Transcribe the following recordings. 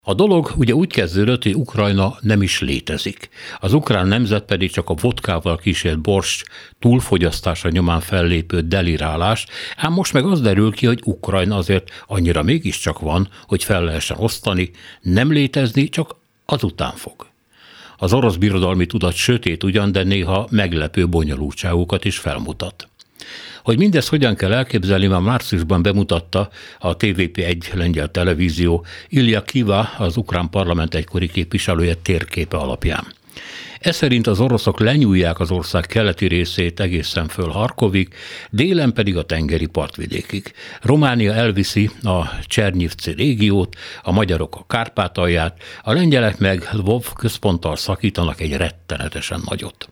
A dolog ugye úgy kezdődött, hogy Ukrajna nem is létezik. Az ukrán nemzet pedig csak a vodkával kísért borscs túlfogyasztása nyomán fellépő delirálás, ám most meg az derül ki, hogy Ukrajna azért annyira mégiscsak van, hogy fel lehessen osztani, nem létezni, csak azután fog. Az orosz birodalmi tudat sötét ugyan, de néha meglepő bonyolultságokat is felmutat. Hogy mindezt hogyan kell elképzelni, már márciusban bemutatta a TVP1 lengyel televízió Ilja Kiva, az ukrán parlament egykori képviselője térképe alapján. Ez szerint az oroszok lenyúlják az ország keleti részét egészen föl Harkovig, délen pedig a tengeri partvidékig. Románia elviszi a Csernyivci régiót, a magyarok a Kárpátalját, a lengyelek meg Lvov központtal szakítanak egy rettenetesen nagyot.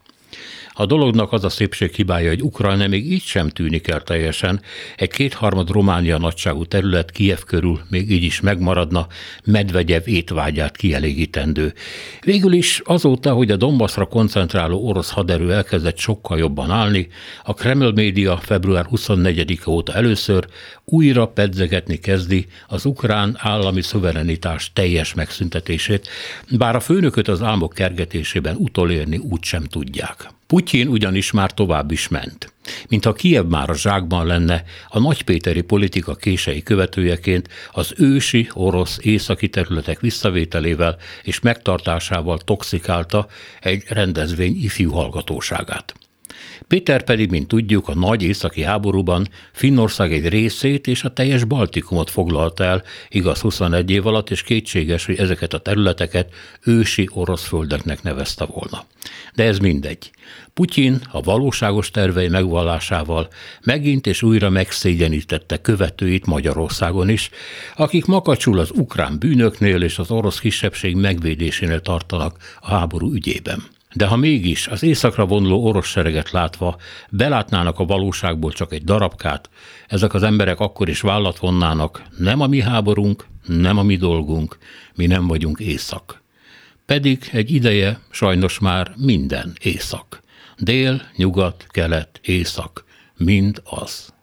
A dolognak az a szépség hibája, hogy Ukrajna még így sem tűnik el teljesen, egy 2/3 Románia nagyságú terület Kijev körül még így is megmaradna, Medvegyev étvágyát kielégítendő. Végül is azóta, hogy a Donbasszra koncentráló orosz haderő elkezdett sokkal jobban állni, a Kreml média február 24-e óta először újra pedzegetni kezdi az ukrán állami szuverenitás teljes megszüntetését, bár a főnököt az álmok kergetésében utolérni úgysem tudják. Putyin ugyanis már tovább is ment. Mintha Kijev már a zsákban lenne, a nagypéteri politika kései követőjeként az ősi orosz északi területek visszavételével és megtartásával toxikálta egy rendezvény ifjú hallgatóságát. Péter pedig, mint tudjuk, a nagy északi háborúban Finnország egy részét és a teljes Baltikumot foglalta el, igaz 21 év alatt, és kétséges, hogy ezeket a területeket ősi orosz földeknek nevezte volna. De ez mindegy. Putyin a valóságos tervei megvallásával megint és újra megszégyenítette követőit Magyarországon is, akik makacsul az ukrán bűnöknél és az orosz kisebbség megvédésénél tartanak a háború ügyében. De ha mégis az északra vonuló orosz sereget látva belátnának a valóságból csak egy darabkát, ezek az emberek akkor is vállat vonnának, nem a mi háborunk, nem a mi dolgunk, mi nem vagyunk észak. Pedig egy ideje sajnos már minden észak. Dél, nyugat, kelet, észak, mind az.